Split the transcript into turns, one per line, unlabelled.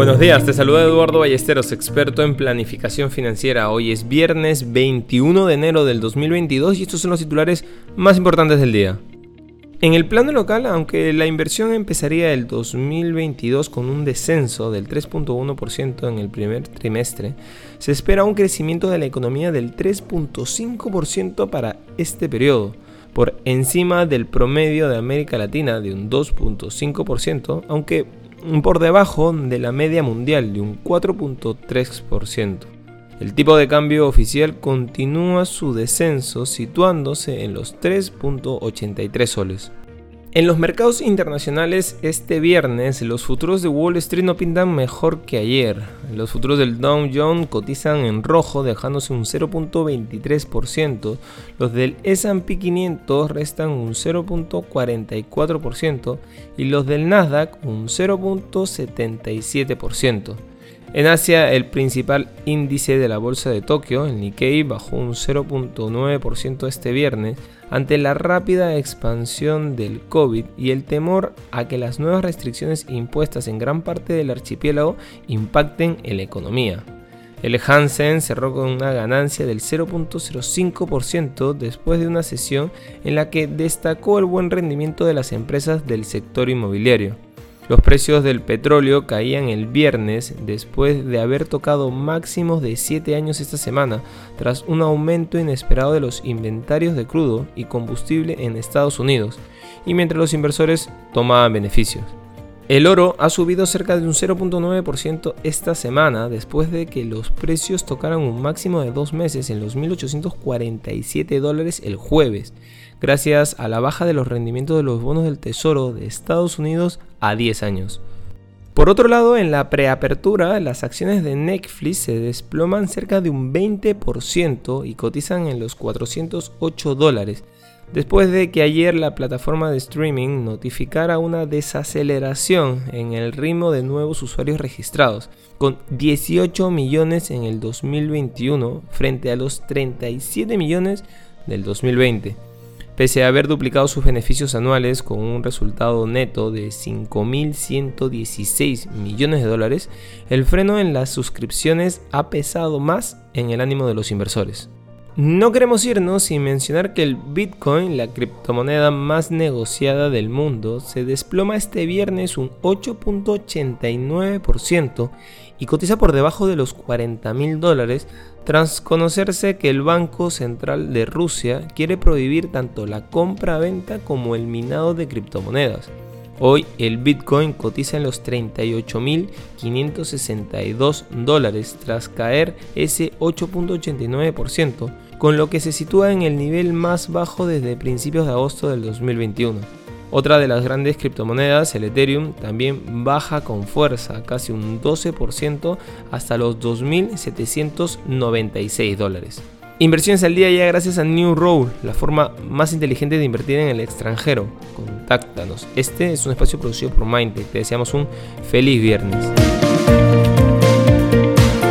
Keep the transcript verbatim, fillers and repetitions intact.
Buenos días, te saluda Eduardo Ballesteros, experto en planificación financiera. Hoy es viernes veintiuno de enero del dos mil veintidós y estos son los titulares más importantes del día. En el plano local, aunque la inversión empezaría el dos mil veintidós con un descenso del tres punto uno por ciento en el primer trimestre, se espera un crecimiento de la economía del tres punto cinco por ciento para este periodo, por encima del promedio de América Latina de un dos punto cinco por ciento, aunque por debajo de la media mundial de un cuatro punto tres por ciento. El tipo de cambio oficial continúa su descenso, situándose en los tres punto ochenta y tres soles. En los mercados internacionales este viernes los futuros de Wall Street no pintan mejor que ayer. Los futuros del Dow Jones cotizan en rojo, dejándose un cero punto veintitrés por ciento. Los del ese and pe quinientos restan un cero punto cuarenta y cuatro por ciento y los del Nasdaq un cero punto setenta y siete por ciento. En Asia, el principal índice de la bolsa de Tokio, el Nikkei, bajó un cero punto nueve por ciento este viernes ante la rápida expansión del COVID y el temor a que las nuevas restricciones impuestas en gran parte del archipiélago impacten en la economía. El Hansen cerró con una ganancia del cero punto cero cinco por ciento después de una sesión en la que destacó el buen rendimiento de las empresas del sector inmobiliario. Los precios del petróleo caían el viernes después de haber tocado máximos de siete años esta semana, tras un aumento inesperado de los inventarios de crudo y combustible en Estados Unidos, y mientras los inversores tomaban beneficios. El oro ha subido cerca de un cero punto nueve por ciento esta semana después de que los precios tocaran un máximo de dos meses en los mil ochocientos cuarenta y siete dólares el jueves, gracias a la baja de los rendimientos de los bonos del Tesoro de Estados Unidos a diez años. Por otro lado, en la preapertura, las acciones de Netflix se desploman cerca de un veinte por ciento y cotizan en los cuatrocientos ocho dólares, después de que ayer la plataforma de streaming notificara una desaceleración en el ritmo de nuevos usuarios registrados, con dieciocho millones en el dos mil veintiuno frente a los treinta y siete millones del dos mil veinte. Pese a haber duplicado sus beneficios anuales con un resultado neto de cinco mil ciento dieciséis millones de dólares, el freno en las suscripciones ha pesado más en el ánimo de los inversores. No queremos irnos sin mencionar que el Bitcoin, la criptomoneda más negociada del mundo, se desploma este viernes un ocho punto ochenta y nueve por ciento y cotiza por debajo de los cuarenta mil dólares tras conocerse que el Banco Central de Rusia quiere prohibir tanto la compra-venta como el minado de criptomonedas. Hoy el Bitcoin cotiza en los treinta y ocho mil quinientos sesenta y dos dólares tras caer ese ocho punto ochenta y nueve por ciento, con lo que se sitúa en el nivel más bajo desde principios de agosto del dos mil veintiuno. Otra de las grandes criptomonedas, el Ethereum, también baja con fuerza, casi un doce por ciento hasta los dos mil setecientos noventa y seis dólares. Inversiones al día ya gracias a New Road, la forma más inteligente de invertir en el extranjero. Contáctanos. Este es un espacio producido por Mindtech. Te deseamos un feliz viernes.